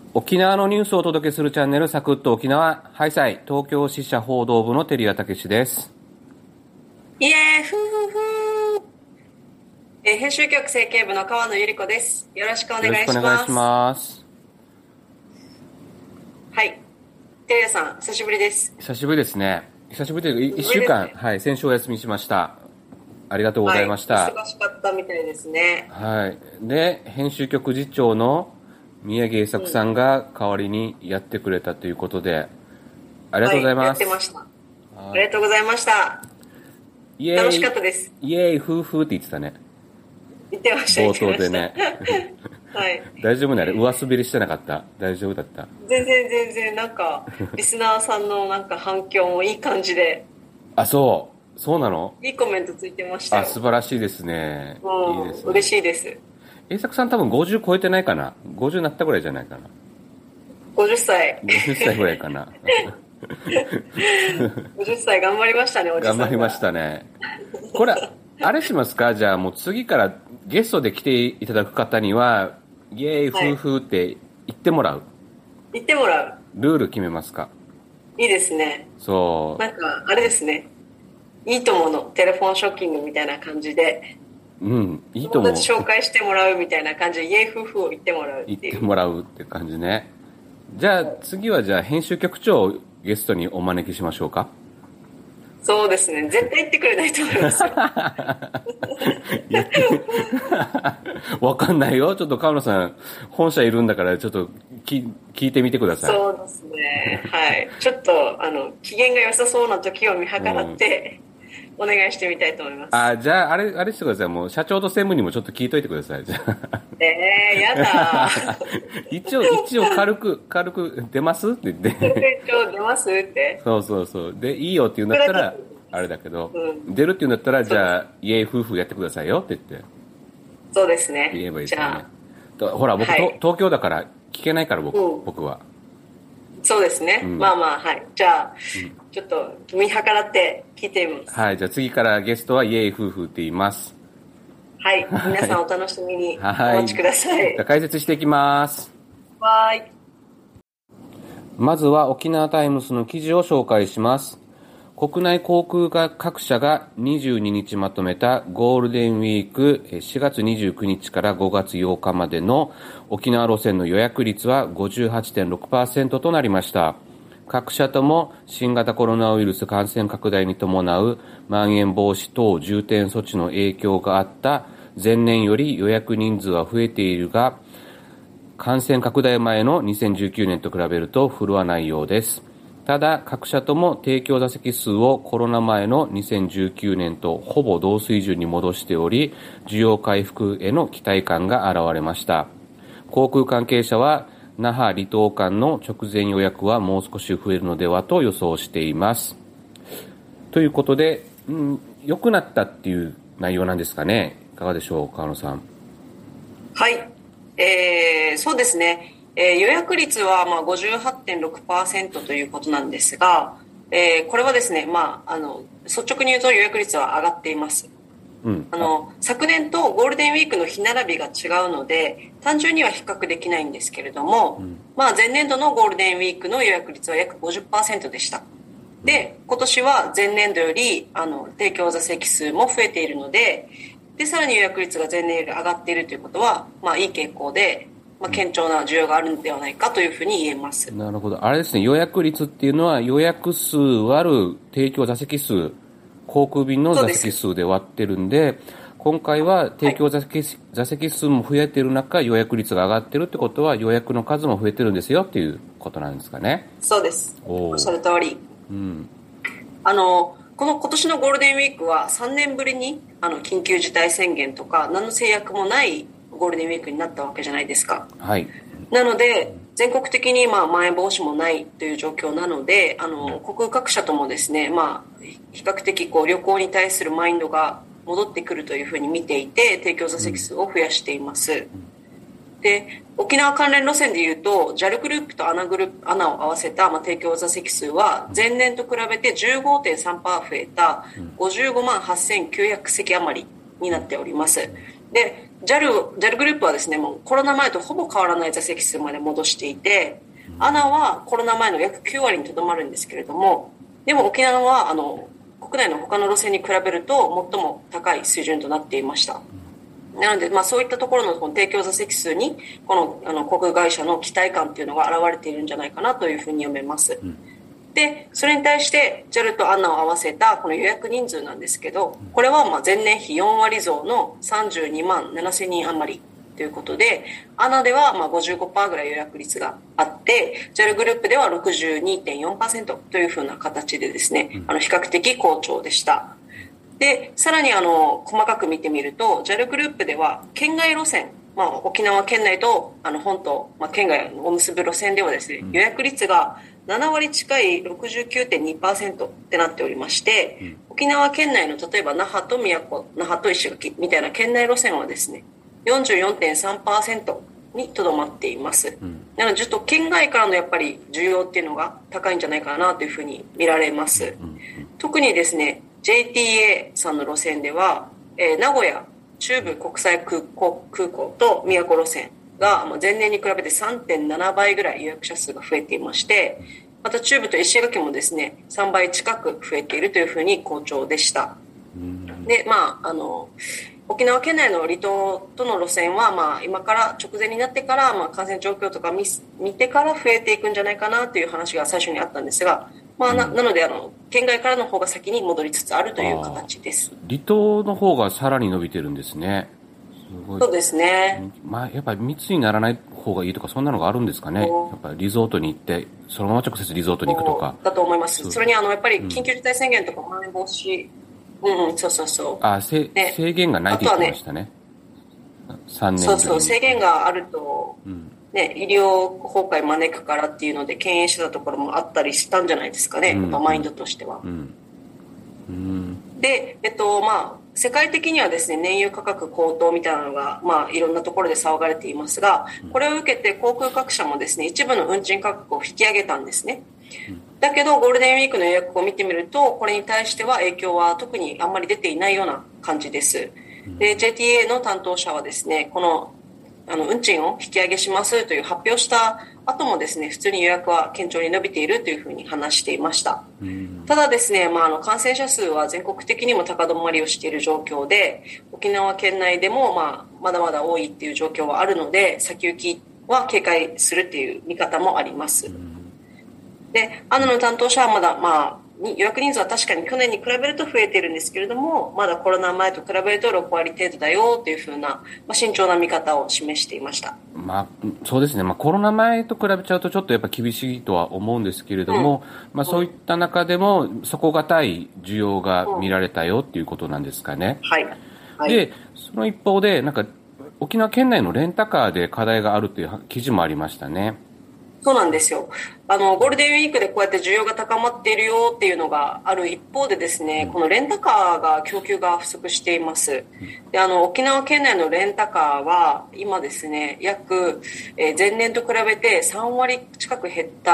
沖縄のニュースをお届けするチャンネルサクッと沖縄ハイサイ東京支社報道部の照屋武です。 イエーフーフーフー、編集局政経部の川野由里子です。よろしくお願いします。 よろしくお願いします。 はい、照屋さん久しぶりです。 久しぶりですね。久しぶりで1週間、ね、はい、先週お休みしました。ありがとうございました。 はい、忙しかったみたいですね。 はい。で、編集局次長の宮城栄作さんが代わりにやってくれたということで、ありがとうございます。 やってました。ありがとうございました。 イエーイ、 楽しかったです。 イエーイ夫婦って言ってたね。 言ってました。 冒頭でね。 はい。 大丈夫なれ、上滑りしてなかった？大丈夫だった？ 全然なんかリスナーさんのなんか反響もいい感じで。 あ、そうなの？ いいコメントついてましたよ。 あ、素晴らしいですね。いいですね。 嬉しいです。 栄作さん多分50超えてないかな。50になったぐらいじゃないかな。 50歳。 50歳ぐらいかな。 50歳頑張りましたね、おじさんが。 頑張りましたね。これ、あれしますか？じゃあもう次からゲストで来ていただく方には、イエーイ夫婦って言ってもらう。 言ってもらう。 ルール決めますか？ いいですね。 そう。 なんか、あれですね。いいとものテレフォンショッキングみたいな感じで。 うん、いいと思う。 友達紹介してもらうみたいな感じで、イエー夫婦を言ってもらうっていう。 言ってもらうって感じね。じゃあ次はじゃあ編集局長をゲストにお招きしましょうか。 そうですね。絶対言ってくれないと思いますよ。 わかんないよ。ちょっと川野さん、本社いるんだからちょっと聞いてみてください。 そうですね。はい。ちょっと、機嫌が良さそうな時を見計らって、お願いしてみたいと思います。 じゃあ、あれしてください。もう、社長と専務にもちょっと聞いといてください。じゃあ。 やだ一応軽く、出ますって言って。 社長出ますって。 そう。で、いいよって言うんだったら、あれだけど、出るって言うんだったら、じゃあ、イエーイ夫婦やってくださいよって言って。 そうですね。 言えばいいですよね。ほら、僕、東京だから聞けないから、僕は。 そうですね。まあ、はい。じゃあ、ちょっと見計らって聞いてみます。 はい。じゃあ次からゲストはイエーイ夫婦って言います。 はい。皆さんお楽しみにお待ちください。 じゃあ解説していきます。 はい。 まずは沖縄タイムスの記事を紹介します。国内航空各社が22日まとめたゴールデンウィーク4月29日から5月8日までの沖縄路線の予約率は 58.6% となりました。各社とも新型コロナウイルス感染拡大に伴うまん延防止等重点措置の影響があった前年より予約人数は増えているが、感染拡大前の2019年と比べると振るわないようです。ただ、各社とも提供座席数をコロナ前の2019年とほぼ同水準に戻しており、需要回復への期待感が現れました。航空関係者は、那覇離島間の直前予約はもう少し増えるのではと予想しています。ということで、良くなったっていう内容なんですかね。いかがでしょう、川野さん。 はい。そうですね。予約率は58.6% ということなんですが、これはですね、率直に言うと予約率は上がっています。昨年とゴールデンウィークの日並びが違うので単純には比較できないんですけれども、前年度のゴールデンウィークの予約率は約 50% でした。で、今年は前年度より提供座席数も増えているので、さらに予約率が前年より上がっているということは、いい傾向で、堅調な需要があるのではないかというふうに言えます。 なるほど。あれですね、予約率っていうのは予約数割る提供座席数、航空便の座席数で割ってるんで、今回は提供座席数も増えてる中、予約率が上がってるってことは予約の数も増えてるんですよっていうことなんですかね。 そうです。おっしゃる通り。この今年のゴールデンウィークは3年ぶりに緊急事態宣言とか何の制約もないゴールデンウィークになったわけじゃないですか。 はい。 なので全国的にまん延防止もないという状況なので、航空各社ともですね、比較的旅行に対するマインドが戻ってくるというふうに見ていて、提供座席数を増やしています。で、沖縄関連路線でいうと JAL グループとANAを合わせた提供座席数は前年と比べて 15.3% 増えた55万8900席余りになっております。で、 JAL グループはですね、もうコロナ前とほぼ変わらない座席数まで戻していて、ANA はコロナ前の約9割にとどまるんですけれども、でも沖縄は国内の他の路線に比べると最も高い水準となっていました。なので、そういったところの提供座席数にこの航空会社の期待感っていうのが現れているんじゃないかなというふうに読めます。で、それに対して JAL と ANA を合わせたこの予約人数なんですけど、これは前年比4割増の32万7000人余りということで、ANA では55% ぐらい予約率があって、JAL グループでは 62.4% というふうな形でですね、比較的好調でした。で、さらに細かく見てみると、JAL グループでは県外路線、沖縄県内と本島、県外を結ぶ路線ではですね、予約率が7割近い 69.2% ってなっておりまして、沖縄県内の例えば那覇と宮古、那覇と石垣みたいな県内路線はですね、44.3% にとどまっています。なのでちょっと県外からのやっぱり需要っていうのが高いんじゃないかなというふうに見られます。特にですね、JTA さんの路線では、名古屋中部国際空港と宮古路線が前年に比べて 3.7 倍ぐらい予約者数が増えていまして、また中部と石垣もですね、3倍近く増えているというふうに好調でした。で、沖縄県内の離島との路線は、今から直前になってから、感染状況とか見てから増えていくんじゃないかなという話が最初にあったんですが、なので県外からの方が先に戻りつつあるという形です。 離島の方がさらに伸びてるんですね。すごい。 そうですね。 やっぱり密にならない方がいいとか、そんなのがあるんですかね。やっぱりリゾートに行ってそのまま直接リゾートに行くとかだと思います。それにやっぱり緊急事態宣言とかまん延防止、そう制限がないって言ってましたね。3年そう制限があると、医療崩壊招くからっていうので敬遠してたところもあったりしたんじゃないですかね、やっぱマインドとしては。で、世界的にはですね、燃油価格高騰みたいなのが、いろんなところで騒がれていますが、これを受けて航空各社もですね、一部の運賃価格を引き上げたんですね。だけどゴールデンウィークの予約を見てみると、これに対しては影響は特にあんまり出ていないような感じです。で、JTA の担当者はですね、この運賃を引き上げしますという発表した後もですね、普通に予約は堅調に伸びているというふうに話していました。ただですね、感染者数は全国的にも高止まりをしている状況で、沖縄県内でもまだまだ多いっていう状況はあるので、先行きは警戒するっていう見方もあります。で、ANAの担当者はまだ予約人数は確かに去年に比べると増えているんですけれども、まだコロナ前と比べると6割程度だよというふうな、慎重な見方を示していました。 そうですね。コロナ前と比べちゃうとちょっとやっぱ厳しいとは思うんですけれども、そういった中でも底堅い需要が見られたよっていうことなんですかね。で、その一方で沖縄県内のレンタカーで課題があるという記事もありましたね。 そうなんですよ。ゴールデンウィークでこうやって需要が高まっているよっていうのがある一方でですね、このレンタカーが供給が不足しています。で、沖縄県内のレンタカーは今ですね、約、前年と比べて3割近く減った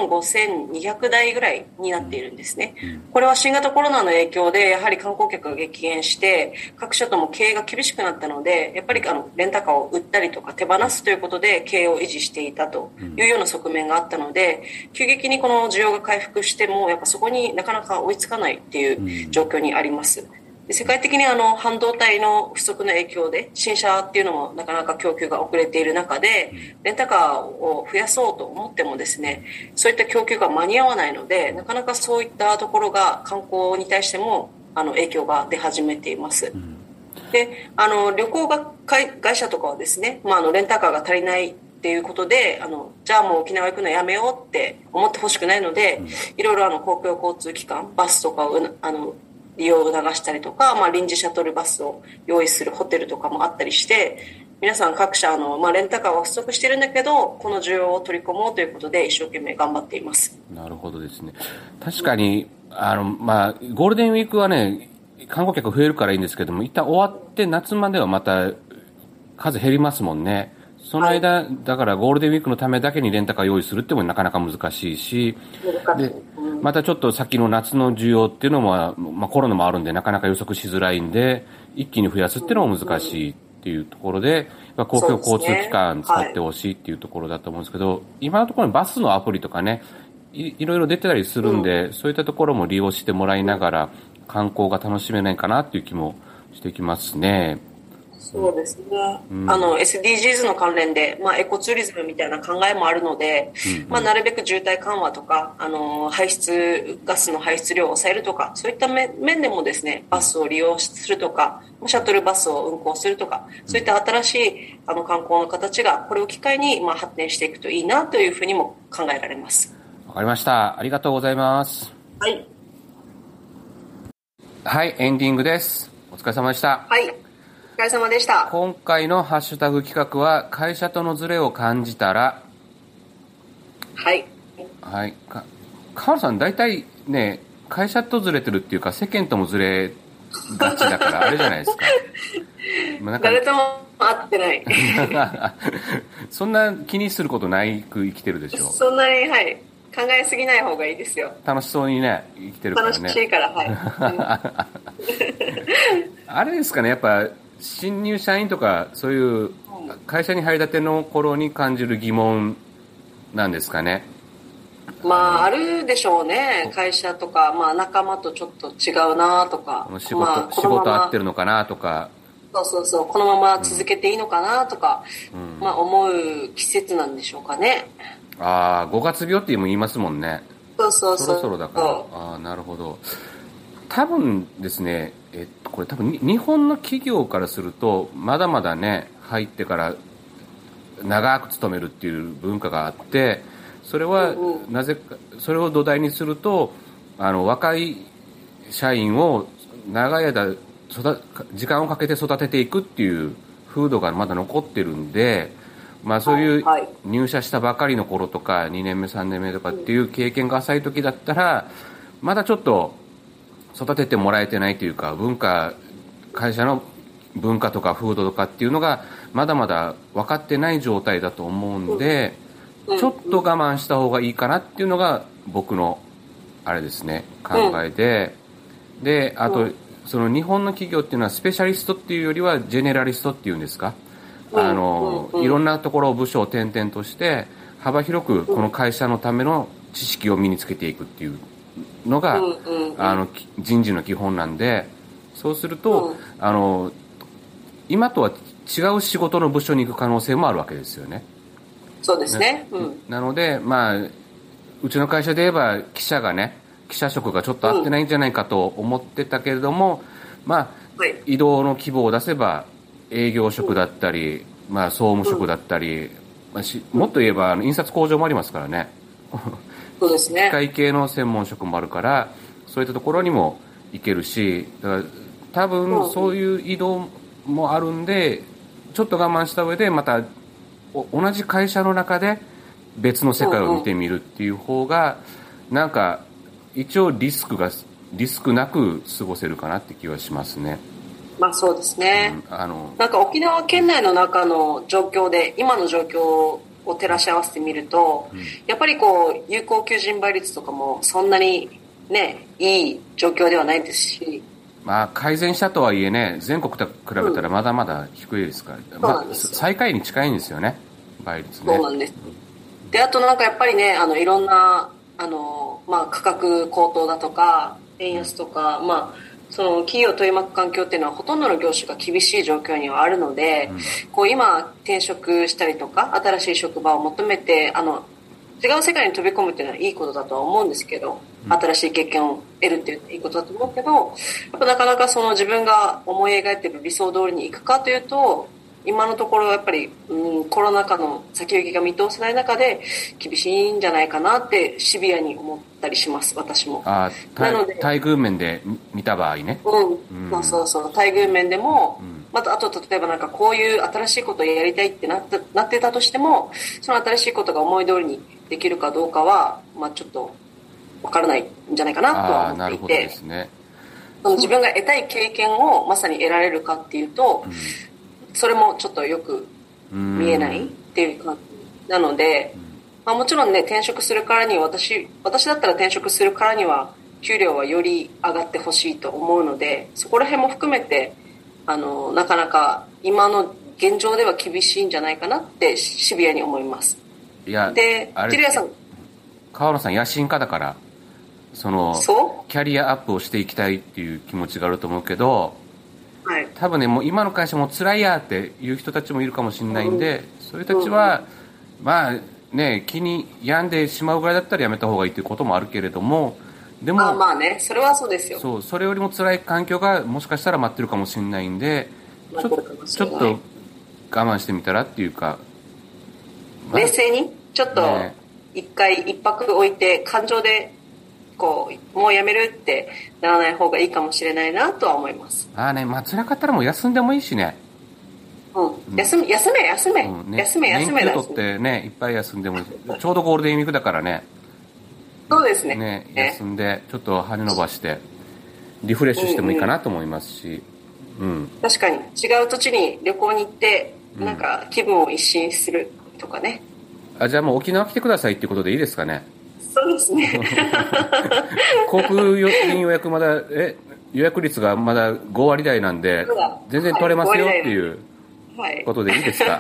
15,200台ぐらいになっているんですね。これは新型コロナの影響でやはり観光客が激減して各社とも経営が厳しくなったので、やっぱりレンタカーを売ったりとか手放すということで経営を維持していたというような側面があったので、急激にこの需要が回復してもやっぱそこになかなか追いつかないっていう状況にあります。で、世界的に半導体の不足の影響で新車っていうのもなかなか供給が遅れている中で、レンタカーを増やそうと思ってもですね、そういった供給が間に合わないので、なかなかそういったところが観光に対しても影響が出始めています。で、旅行会社とかはですね、レンタカーが足りないっていうことで、じゃあもう沖縄行くのやめようって思ってほしくないので、いろいろ公共交通機関、バスとかを利用を促したりとか、臨時シャトルバスを用意するホテルとかもあったりして、皆さん各社レンタカーは不足しているんだけど、この需要を取り込もうということで一生懸命頑張っています。 なるほどですね。確かにゴールデンウィークはね、観光客増えるからいいんですけども、一旦終わって夏まではまた数減りますもんね。その間、だからゴールデンウィークのためだけにレンタカー用意するってもなかなか難しいし、で、またちょっと先の夏の需要っていうのも、コロナもあるんでなかなか予測しづらいんで、一気に増やすっていうのも難しいってっていうところで、公共交通機関使ってほしいっていうところだと思うんですけど、今のところバスのアプリとかね、いろいろ出てたりするんで、そういったところも利用してもらいながら観光が楽しめないかなっていう気もしてきますね。 そうですね。SDGs の関連で、エコツーリズムみたいな考えもあるので、なるべく渋滞緩和とか、ガスの排出量を抑えるとか、そういった面でもですね、バスを利用するとか、シャトルバスを運行するとか、そういった新しい観光の形が、これを機会に発展していくといいなというふうにも考えられます。 わかりました。ありがとうございます。 はい。 はい、エンディングです。お疲れ様でした。 はい。お疲れ様でした。 今回のハッシュタグ企画は、会社とのズレを感じたら、 はい。 はい。河野さん、大体ね、会社とずれてるっていうか、世間ともずれがちだから、あれじゃないですか。 誰とも会ってない。 そんな気にすることないく生きてるでしょ。 そんなに、はい。考えすぎない方がいいですよ。 楽しそうにね、生きてるからね。 楽しいから、はい。 あれですかね、やっぱ、新入社員とか、そういう会社に入りたての頃に感じる疑問なんですかね。 あるでしょうね。会社とか、仲間とちょっと違うなとか。 仕事合ってるのかなとか。 そう、このまま続けていいのかなとか、思う季節なんでしょうかね。 5月病って言いますもんね。 そう。 そろそろだから。なるほど。多分ですね、これ多分日本の企業からすると、まだまだね、入ってから長く勤めるっていう文化があって、それはなぜか、それを土台にすると、若い社員を長い間時間をかけて育てていくっていう風土がまだ残ってるんで、そういう入社したばかりの頃とか2年目3年目とかっていう経験が浅い時だったら、まだちょっと育ててもらえてないというか、会社の文化とか風土とかっていうのがまだまだ分かってない状態だと思うんで、ちょっと我慢した方がいいかなっていうのが僕のあれですね、考えで、あとその日本の企業っていうのはスペシャリストっていうよりはジェネラリストっていうんですか、いろんなところを部署を転々として幅広くこの会社のための知識を身につけていくっていうのが人事の基本なんで、そうすると今とは違う仕事の部署に行く可能性もあるわけですよね。 そうですね。 なのでうちの会社で言えば記者職がちょっと合ってないんじゃないかと思ってたけれども、移動の希望を出せば営業職だったり、総務職だったり、もっと言えば印刷工場もありますからね。 そうですね。 機械系の専門職もあるから、そういったところにも行けるし、だから多分そういう移動もあるんで、ちょっと我慢した上でまた同じ会社の中で別の世界を見てみるっていう方が、なんか一応リスクなく過ごせるかなって気はしますね。 そうですね。なんか沖縄県内の中の状況で今の状況を照らし合わせてみると、やっぱり有効求人倍率とかもそんなにね、いい状況ではないですし、 改善したとはいえね、全国と比べたらまだまだ低いですから、最下位に近いんですよね、倍率ね。 そうなんです。で、あとなんかやっぱりね、いろんな価格高騰だとか円安とか、その企業を取り巻く環境っていうのはほとんどの業種が厳しい状況にはあるので、今転職したりとか新しい職場を求めて違う世界に飛び込むっていうのはいいことだとは思うんですけど、新しい経験を得るっていうのはいいことだと思うけど、やっぱなかなかその自分が思い描いている理想通りにいくかというと、今のところやっぱり、コロナ禍の先行きが見通せない中で厳しいんじゃないかなってシビアに思ったりします、私も。なので待遇面で見た場合ね。 そう、待遇面でも、あと例えばなんかこういう新しいことをやりたいってなってたとしても、その新しいことが思い通りにできるかどうかは、ちょっと分からないんじゃないかなとは思っていて。 なるほどですね。 その自分が得たい経験をまさに得られるかっていうと、それもちょっとよく見えないっていう感じなので、もちろんね、転職するからに私だったら転職するからには給料はより上がってほしいと思うので、そこら辺も含めてなかなか今の現状では厳しいんじゃないかなってシビアに思います。 いや、 で、テリアさん。 川野さん野心家だから、キャリアアップをしていきたいっていう気持ちがあると思うけど、 はい、 多分ね、もう今の会社も辛いやっていう人たちもいるかもしれないんで、そういう人たちは、まあね、気に病んでしまうぐらいだったらやめた方がいいということもあるけれども、でも、 まあね、それはそうですよ。 そう、それよりも辛い環境がもしかしたら待ってるかもしれないんで、ちょっと我慢してみたらっていうか、 冷静にちょっと一泊置いて感情でこうもうやめるってならない方がいいかもしれないなとは思います。 ああね、まあ辛かったらもう休んでもいいしね。 休め、 年休取ってね、いっぱい休んでもいい。ちょうどゴールデンウィークだからね。 そうですね。 休んでちょっと羽伸ばしてリフレッシュしてもいいかなと思いますし、 確かに違う土地に旅行に行ってなんか気分を一新するとかね。 じゃあもう沖縄来てくださいっていうことでいいですかね。 そうですね。 航空便予約予約率がまだ5割台なんで全然取れますよっていうことでいいですか。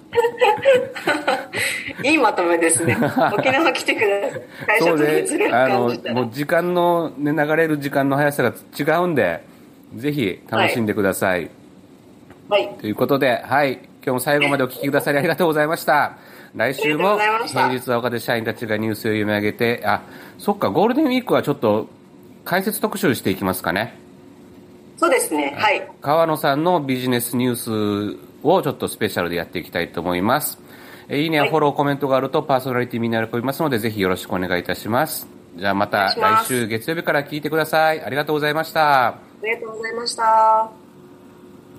いいまとめですね。沖縄来てください。会社とずれ感じたらもう時間の、ね、流れる時間の速さが違うんでぜひ楽しんでください。 はい。 ということで、はい、今日も最後までお聞きくださりありがとうございました。来週も平日は若手社員たちがニュースを読み上げて、そっか、ゴールデンウィークはちょっと解説特集していきますかね。 そうですね。はい。 川野さんのビジネスニュースをちょっとスペシャルでやっていきたいと思います。いいねやフォロー、コメントがあるとパーソナリティみんな喜びますのでぜひよろしくお願いいたします。じゃあまた来週月曜日から聞いてください。ありがとうございました。 ありがとうございました。